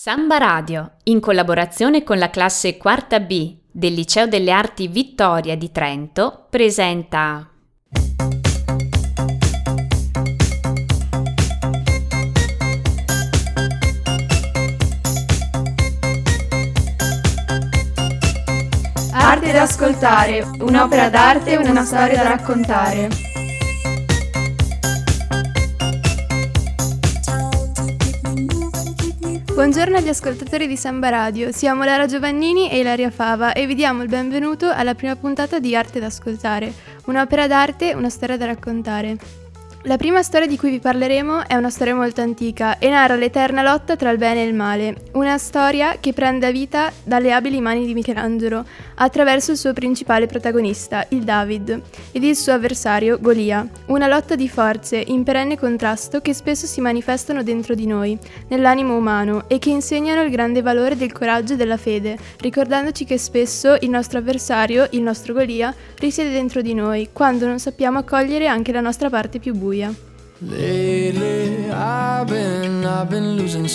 Samba Radio, in collaborazione con la classe quarta B del Liceo delle Arti Vittoria di Trento, presenta Arte da ascoltare, un'opera d'arte, una storia da raccontare. Buongiorno agli ascoltatori di Samba Radio, siamo Lara Giovannini e Ilaria Fava e vi diamo il benvenuto alla prima puntata di Arte da ascoltare, un'opera d'arte, una storia da raccontare. La prima storia di cui vi parleremo è una storia molto antica e narra l'eterna lotta tra il bene e il male, una storia che prende vita dalle abili mani di Michelangelo attraverso il suo principale protagonista, il David, ed il suo avversario, Golia, una lotta di forze in perenne contrasto che spesso si manifestano dentro di noi, nell'animo umano, e che insegnano il grande valore del coraggio e della fede, ricordandoci che spesso il nostro avversario, il nostro Golia, risiede dentro di noi, quando non sappiamo accogliere anche la nostra parte più buia. Lately I've been losing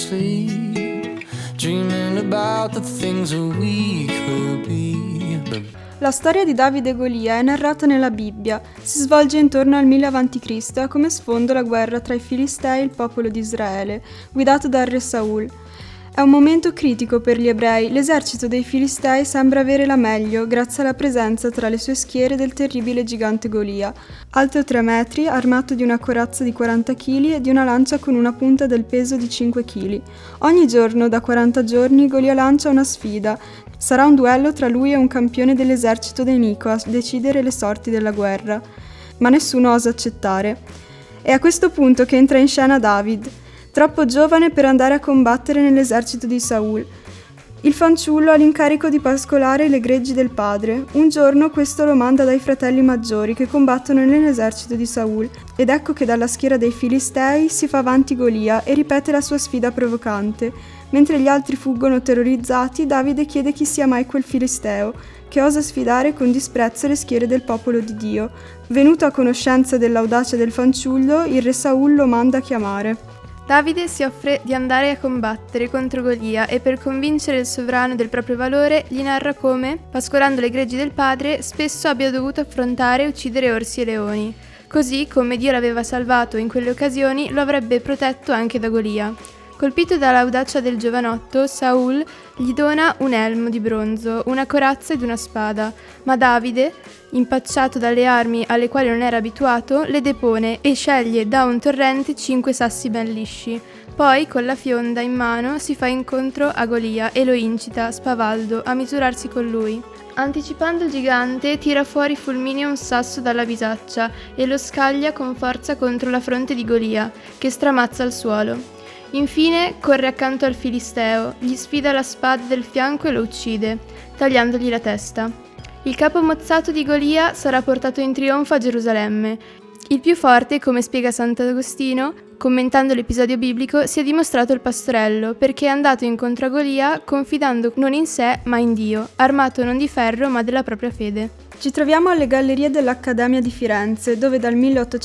sleep, dreaming about the things that we could be. La storia di Davide e Golia è narrata nella Bibbia, si svolge intorno al 1000 a.C. e ha come sfondo la guerra tra i Filistei e il popolo di Israele, guidato dal re Saul. È un momento critico per gli ebrei, l'esercito dei Filistei sembra avere la meglio grazie alla presenza tra le sue schiere del terribile gigante Golia, alto 3 metri, armato di una corazza di 40 kg e di una lancia con una punta del peso di 5 kg. Ogni giorno, da 40 giorni, Golia lancia una sfida. Sarà un duello tra lui e un campione dell'esercito nemico a decidere le sorti della guerra. Ma nessuno osa accettare. È a questo punto che entra in scena David, troppo giovane per andare a combattere nell'esercito di Saul. Il fanciullo ha l'incarico di pascolare le greggi del padre. Un giorno questo lo manda dai fratelli maggiori che combattono nell'esercito di Saul, ed ecco che dalla schiera dei Filistei si fa avanti Golia e ripete la sua sfida provocante. Mentre gli altri fuggono terrorizzati, Davide chiede chi sia mai quel Filisteo, che osa sfidare con disprezzo le schiere del popolo di Dio. Venuto a conoscenza dell'audacia del fanciullo, il re Saul lo manda a chiamare. Davide si offre di andare a combattere contro Golia e per convincere il sovrano del proprio valore gli narra come, pascolando le greggi del padre, spesso abbia dovuto affrontare e uccidere orsi e leoni. Così, come Dio l'aveva salvato in quelle occasioni, lo avrebbe protetto anche da Golia. Colpito dall'audacia del giovanotto, Saul gli dona un elmo di bronzo, una corazza ed una spada, ma Davide, impacciato dalle armi alle quali non era abituato, le depone e sceglie da un torrente 5 sassi ben lisci. Poi, con la fionda in mano, si fa incontro a Golia e lo incita, spavaldo, a misurarsi con lui. Anticipando il gigante, tira fuori fulmineo un sasso dalla bisaccia e lo scaglia con forza contro la fronte di Golia, che stramazza al suolo. Infine corre accanto al Filisteo, gli sfida la spada del fianco e lo uccide, tagliandogli la testa. Il capo mozzato di Golia sarà portato in trionfo a Gerusalemme. Il più forte, come spiega Sant'Agostino, commentando l'episodio biblico, si è dimostrato il pastorello, perché è andato incontro a Golia confidando non in sé ma in Dio, armato non di ferro ma della propria fede. Ci troviamo alle gallerie dell'Accademia di Firenze, dove dal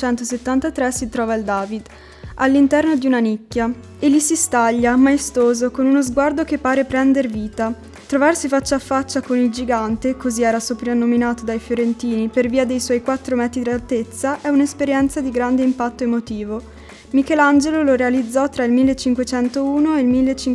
1873 si trova il David, all'interno di una nicchia, e lì si staglia, maestoso, con uno sguardo che pare prender vita. Trovarsi faccia a faccia con il gigante, così era soprannominato dai fiorentini per via dei suoi 4 metri di altezza, è un'esperienza di grande impatto emotivo. Michelangelo lo realizzò tra il 1501 e il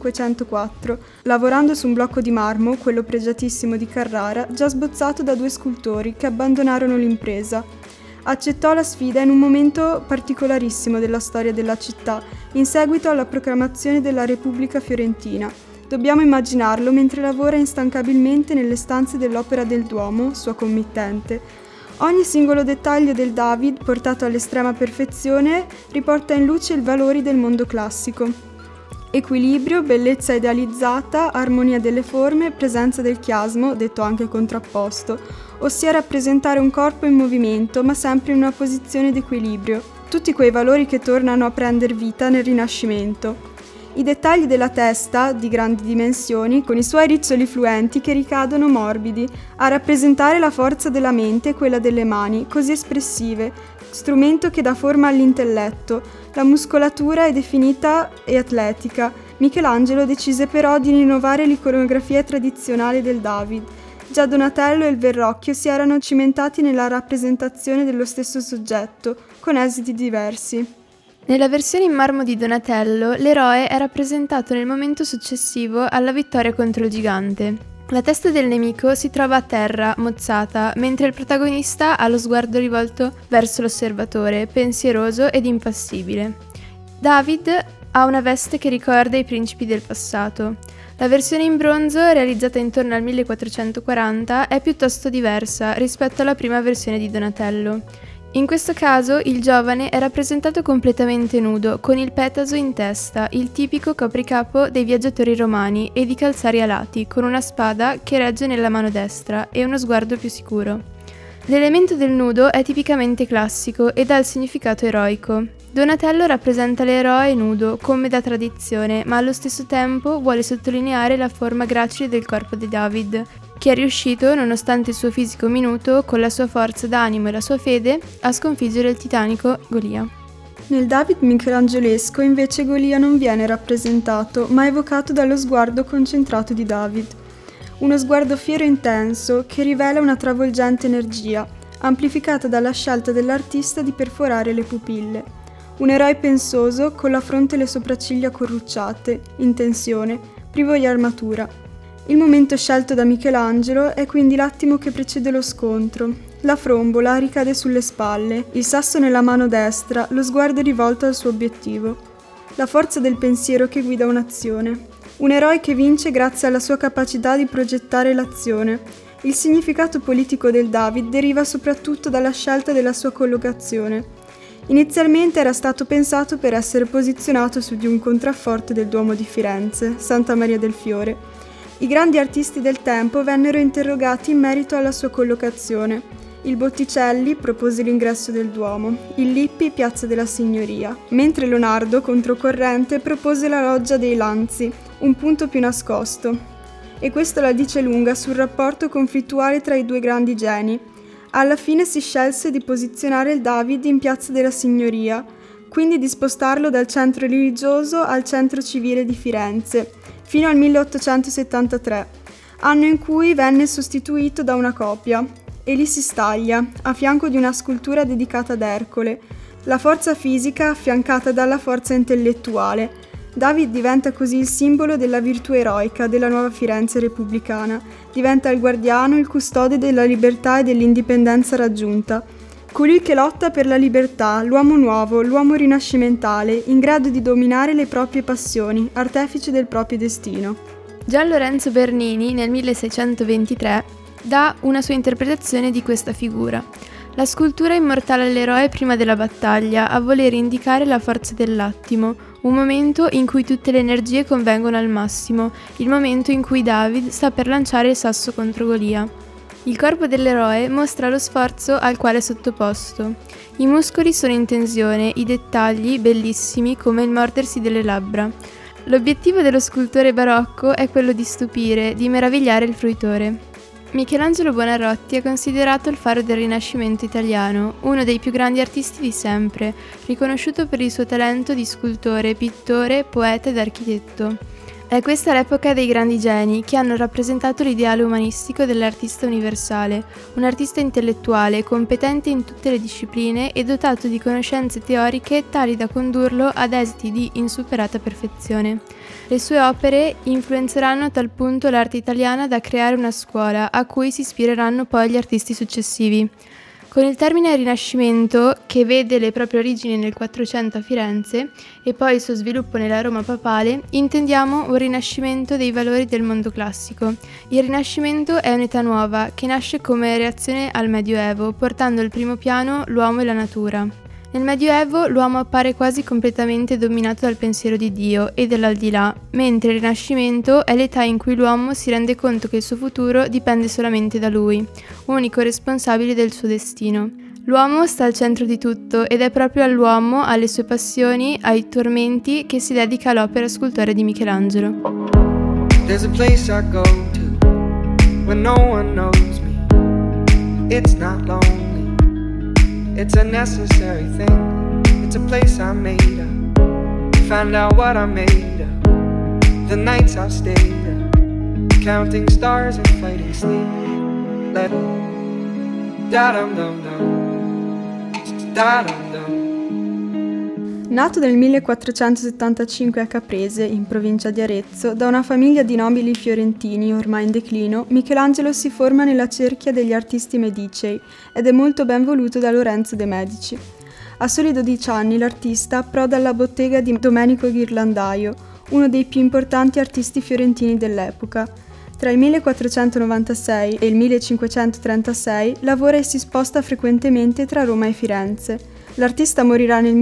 1504, lavorando su un blocco di marmo, quello pregiatissimo di Carrara, già sbozzato da 2 scultori che abbandonarono l'impresa. Accettò la sfida in un momento particolarissimo della storia della città, in seguito alla proclamazione della Repubblica Fiorentina. Dobbiamo immaginarlo mentre lavora instancabilmente nelle stanze dell'Opera del Duomo, sua committente. Ogni singolo dettaglio del David, portato all'estrema perfezione, riporta in luce i valori del mondo classico. Equilibrio, bellezza idealizzata, armonia delle forme, presenza del chiasmo, detto anche contrapposto, ossia rappresentare un corpo in movimento, ma sempre in una posizione d'equilibrio. Tutti quei valori che tornano a prender vita nel Rinascimento. I dettagli della testa, di grandi dimensioni, con i suoi riccioli fluenti che ricadono morbidi, a rappresentare la forza della mente e quella delle mani, così espressive, strumento che dà forma all'intelletto. La muscolatura è definita e atletica, Michelangelo decise però di rinnovare l'iconografia tradizionale del David. Già Donatello e il Verrocchio si erano cimentati nella rappresentazione dello stesso soggetto, con esiti diversi. Nella versione in marmo di Donatello, l'eroe è rappresentato nel momento successivo alla vittoria contro il gigante. La testa del nemico si trova a terra, mozzata, mentre il protagonista ha lo sguardo rivolto verso l'osservatore, pensieroso ed impassibile. David ha una veste che ricorda i principi del passato. La versione in bronzo, realizzata intorno al 1440, è piuttosto diversa rispetto alla prima versione di Donatello. In questo caso il giovane è rappresentato completamente nudo, con il petaso in testa, il tipico copricapo dei viaggiatori romani, e di calzari alati, con una spada che regge nella mano destra e uno sguardo più sicuro. L'elemento del nudo è tipicamente classico ed ha il significato eroico. Donatello rappresenta l'eroe nudo, come da tradizione, ma allo stesso tempo vuole sottolineare la forma gracile del corpo di David, che è riuscito, nonostante il suo fisico minuto, con la sua forza d'animo e la sua fede, a sconfiggere il titanico Golia. Nel David michelangiolesco invece Golia non viene rappresentato, ma evocato dallo sguardo concentrato di David. Uno sguardo fiero e intenso che rivela una travolgente energia, amplificata dalla scelta dell'artista di perforare le pupille. Un eroe pensoso, con la fronte e le sopracciglia corrucciate, in tensione, privo di armatura. Il momento scelto da Michelangelo è quindi l'attimo che precede lo scontro. La frombola ricade sulle spalle, il sasso nella mano destra, lo sguardo rivolto al suo obiettivo. La forza del pensiero che guida un'azione. Un eroe che vince grazie alla sua capacità di progettare l'azione. Il significato politico del David deriva soprattutto dalla scelta della sua collocazione. Inizialmente era stato pensato per essere posizionato su di un contrafforte del Duomo di Firenze, Santa Maria del Fiore. I grandi artisti del tempo vennero interrogati in merito alla sua collocazione. Il Botticelli propose l'ingresso del Duomo, il Lippi Piazza della Signoria, mentre Leonardo, controcorrente, propose la Loggia dei Lanzi, un punto più nascosto. E questo la dice lunga sul rapporto conflittuale tra i due grandi geni. Alla fine si scelse di posizionare il David in Piazza della Signoria, quindi di spostarlo dal centro religioso al centro civile di Firenze, fino al 1873, anno in cui venne sostituito da una copia, e lì si staglia, a fianco di una scultura dedicata ad Ercole, la forza fisica affiancata dalla forza intellettuale. David diventa così il simbolo della virtù eroica della nuova Firenze repubblicana, diventa il guardiano, il custode della libertà e dell'indipendenza raggiunta, colui che lotta per la libertà, l'uomo nuovo, l'uomo rinascimentale, in grado di dominare le proprie passioni, artefice del proprio destino. Gian Lorenzo Bernini, nel 1623, dà una sua interpretazione di questa figura. La scultura immortala l'eroe prima della battaglia, a voler indicare la forza dell'attimo, un momento in cui tutte le energie convengono al massimo, il momento in cui David sta per lanciare il sasso contro Golia. Il corpo dell'eroe mostra lo sforzo al quale è sottoposto. I muscoli sono in tensione, i dettagli bellissimi come il mordersi delle labbra. L'obiettivo dello scultore barocco è quello di stupire, di meravigliare il fruitore. Michelangelo Buonarroti è considerato il faro del Rinascimento italiano, uno dei più grandi artisti di sempre, riconosciuto per il suo talento di scultore, pittore, poeta ed architetto. È questa l'epoca dei grandi geni che hanno rappresentato l'ideale umanistico dell'artista universale, un artista intellettuale, competente in tutte le discipline e dotato di conoscenze teoriche tali da condurlo ad esiti di insuperata perfezione. Le sue opere influenzeranno a tal punto l'arte italiana da creare una scuola a cui si ispireranno poi gli artisti successivi. Con il termine Rinascimento, che vede le proprie origini nel 400 a Firenze e poi il suo sviluppo nella Roma papale, intendiamo un rinascimento dei valori del mondo classico. Il Rinascimento è un'età nuova che nasce come reazione al Medioevo, portando al primo piano l'uomo e la natura. Nel Medioevo l'uomo appare quasi completamente dominato dal pensiero di Dio e dell'aldilà, mentre il Rinascimento è l'età in cui l'uomo si rende conto che il suo futuro dipende solamente da lui, unico responsabile del suo destino. L'uomo sta al centro di tutto ed è proprio all'uomo, alle sue passioni, ai tormenti che si dedica l'opera scultorea di Michelangelo. There's a place I go to when no one knows me. It's not lonely. It's a necessary thing. It's a place I made up to find out what I'm made of. the nights I've stayed, counting stars and fighting sleep. Let da-dum-dum-dum, da-dum-dum. Nato nel 1475 a Caprese, in provincia di Arezzo, da una famiglia di nobili fiorentini ormai in declino, Michelangelo si forma nella cerchia degli artisti medicei ed è molto ben voluto da Lorenzo de' Medici. A soli 12 anni l'artista approda alla bottega di Domenico Ghirlandaio, uno dei più importanti artisti fiorentini dell'epoca. Tra il 1496 e il 1536 lavora e si sposta frequentemente tra Roma e Firenze. L'artista morirà nel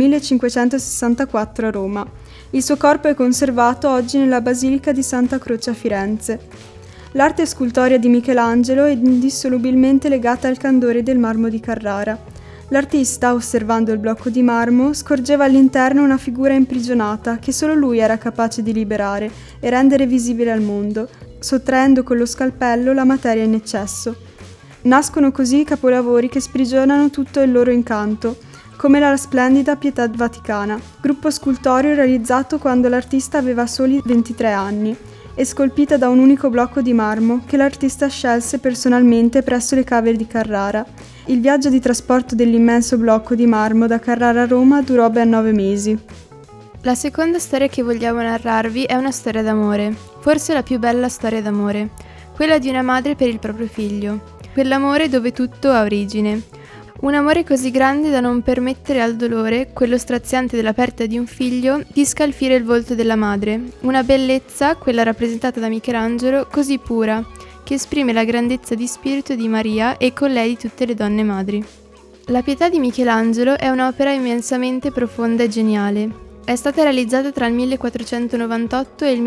1564 a Roma. Il suo corpo è conservato oggi nella Basilica di Santa Croce a Firenze. L'arte scultorea di Michelangelo è indissolubilmente legata al candore del marmo di Carrara. L'artista, osservando il blocco di marmo, scorgeva all'interno una figura imprigionata che solo lui era capace di liberare e rendere visibile al mondo, sottraendo con lo scalpello la materia in eccesso. Nascono così i capolavori che sprigionano tutto il loro incanto, come la splendida Pietà Vaticana, gruppo scultoreo realizzato quando l'artista aveva soli 23 anni e scolpita da un unico blocco di marmo che l'artista scelse personalmente presso le cave di Carrara. Il viaggio di trasporto dell'immenso blocco di marmo da Carrara a Roma durò ben 9 mesi. La seconda storia che vogliamo narrarvi è una storia d'amore, forse la più bella storia d'amore, quella di una madre per il proprio figlio, quell'amore dove tutto ha origine. Un amore così grande da non permettere al dolore, quello straziante della perdita di un figlio, di scalfire il volto della madre. Una bellezza, quella rappresentata da Michelangelo, così pura, che esprime la grandezza di spirito di Maria e con lei di tutte le donne madri. La Pietà di Michelangelo è un'opera immensamente profonda e geniale. È stata realizzata tra il 1498 e il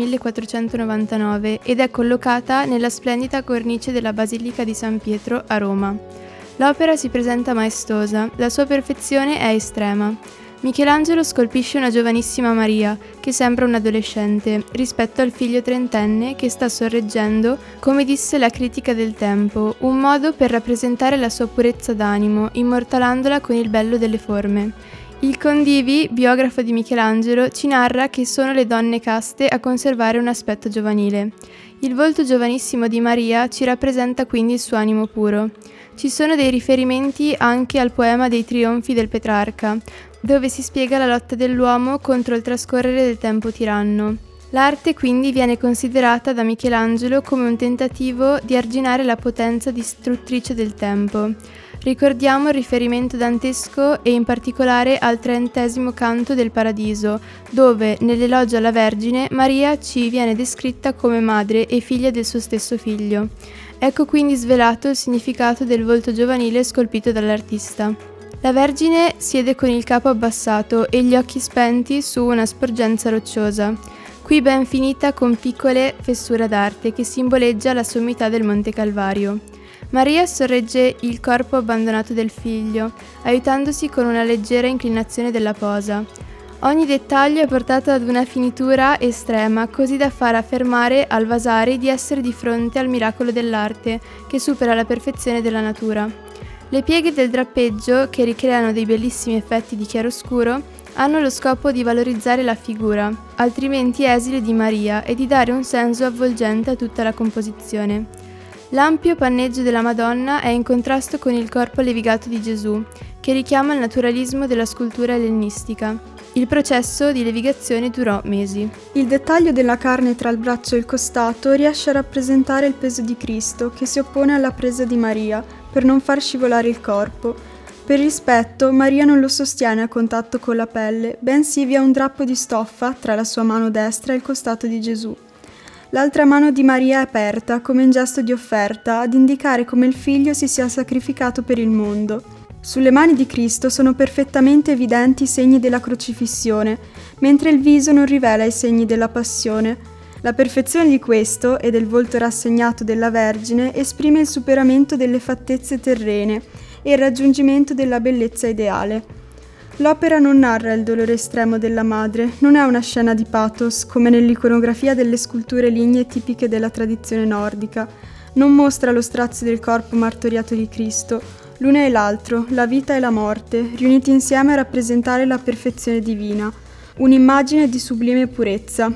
1499 ed è collocata nella splendida cornice della Basilica di San Pietro a Roma. L'opera si presenta maestosa, la sua perfezione è estrema. Michelangelo scolpisce una giovanissima Maria, che sembra un adolescente, rispetto al figlio trentenne che sta sorreggendo, come disse la critica del tempo, un modo per rappresentare la sua purezza d'animo, immortalandola con il bello delle forme. Il Condivi, biografo di Michelangelo, ci narra che sono le donne caste a conservare un aspetto giovanile. Il volto giovanissimo di Maria ci rappresenta quindi il suo animo puro. Ci sono dei riferimenti anche al poema dei trionfi del Petrarca, dove si spiega la lotta dell'uomo contro il trascorrere del tempo tiranno. L'arte quindi viene considerata da Michelangelo come un tentativo di arginare la potenza distruttrice del tempo. Ricordiamo il riferimento dantesco e in particolare al 30° canto del Paradiso, dove, nell'elogio alla Vergine, Maria ci viene descritta come madre e figlia del suo stesso figlio. Ecco quindi svelato il significato del volto giovanile scolpito dall'artista. La Vergine siede con il capo abbassato e gli occhi spenti su una sporgenza rocciosa, qui ben finita con piccole fessure d'arte che simboleggia la sommità del Monte Calvario. Maria sorregge il corpo abbandonato del figlio, aiutandosi con una leggera inclinazione della posa. Ogni dettaglio è portato ad una finitura estrema, così da far affermare al Vasari di essere di fronte al miracolo dell'arte, che supera la perfezione della natura. Le pieghe del drappeggio, che ricreano dei bellissimi effetti di chiaroscuro, hanno lo scopo di valorizzare la figura, altrimenti esile di Maria, e di dare un senso avvolgente a tutta la composizione. L'ampio panneggio della Madonna è in contrasto con il corpo levigato di Gesù, che richiama il naturalismo della scultura ellenistica. Il processo di levigazione durò mesi. Il dettaglio della carne tra il braccio e il costato riesce a rappresentare il peso di Cristo, che si oppone alla presa di Maria, per non far scivolare il corpo. Per rispetto, Maria non lo sostiene a contatto con la pelle, bensì vi è un drappo di stoffa tra la sua mano destra e il costato di Gesù. L'altra mano di Maria è aperta, come in gesto di offerta, ad indicare come il figlio si sia sacrificato per il mondo. Sulle mani di Cristo sono perfettamente evidenti i segni della crocifissione, mentre il viso non rivela i segni della passione. La perfezione di questo e del volto rassegnato della Vergine esprime il superamento delle fattezze terrene e il raggiungimento della bellezza ideale. L'opera non narra il dolore estremo della madre, non è una scena di pathos come nell'iconografia delle sculture lignee tipiche della tradizione nordica, non mostra lo strazio del corpo martoriato di Cristo, l'uno e l'altro, la vita e la morte, riuniti insieme a rappresentare la perfezione divina, un'immagine di sublime purezza.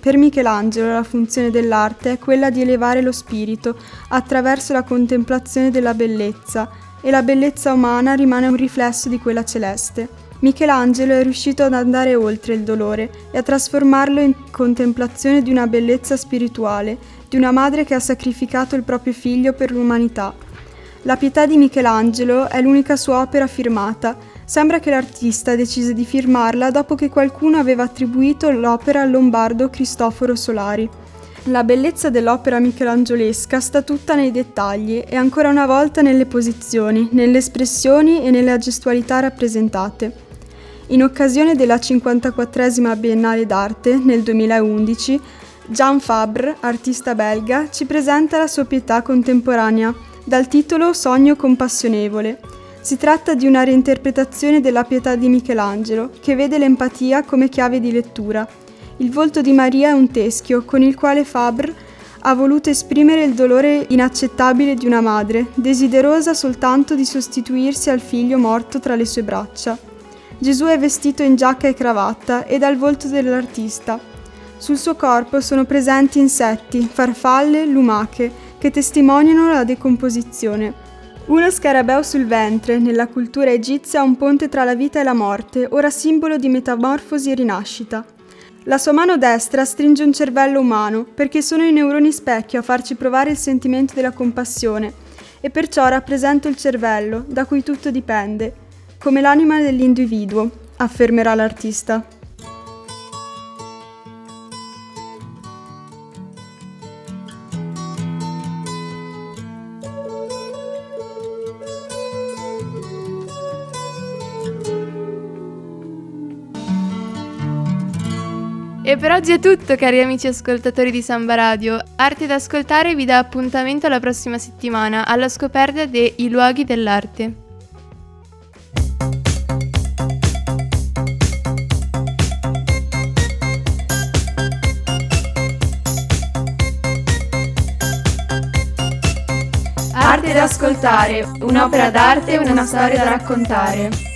Per Michelangelo la funzione dell'arte è quella di elevare lo spirito attraverso la contemplazione della bellezza, e la bellezza umana rimane un riflesso di quella celeste. Michelangelo è riuscito ad andare oltre il dolore e a trasformarlo in contemplazione di una bellezza spirituale, di una madre che ha sacrificato il proprio figlio per l'umanità. La Pietà di Michelangelo è l'unica sua opera firmata. Sembra che l'artista decise di firmarla dopo che qualcuno aveva attribuito l'opera al lombardo Cristoforo Solari. La bellezza dell'opera michelangiolesca sta tutta nei dettagli e ancora una volta nelle posizioni, nelle espressioni e nelle gestualità rappresentate. In occasione della 54esima Biennale d'Arte nel 2011, Jan Fabre, artista belga, ci presenta la sua Pietà contemporanea, dal titolo Sogno compassionevole. Si tratta di una reinterpretazione della Pietà di Michelangelo, che vede l'empatia come chiave di lettura. Il volto di Maria è un teschio con il quale Fabre ha voluto esprimere il dolore inaccettabile di una madre, desiderosa soltanto di sostituirsi al figlio morto tra le sue braccia. Gesù è vestito in giacca e cravatta ed ha il volto dell'artista. Sul suo corpo sono presenti insetti, farfalle, lumache, che testimoniano la decomposizione. Uno scarabeo sul ventre, nella cultura egizia, ha un ponte tra la vita e la morte, ora simbolo di metamorfosi e rinascita. La sua mano destra stringe un cervello umano, perché sono i neuroni specchio a farci provare il sentimento della compassione, e perciò rappresento il cervello, da cui tutto dipende, come l'anima dell'individuo, affermerà l'artista. E per oggi è tutto, cari amici ascoltatori di Samba Radio. Arte da ascoltare vi dà appuntamento alla prossima settimana alla scoperta dei luoghi dell'arte. Arte da ascoltare, un'opera d'arte e una storia da raccontare.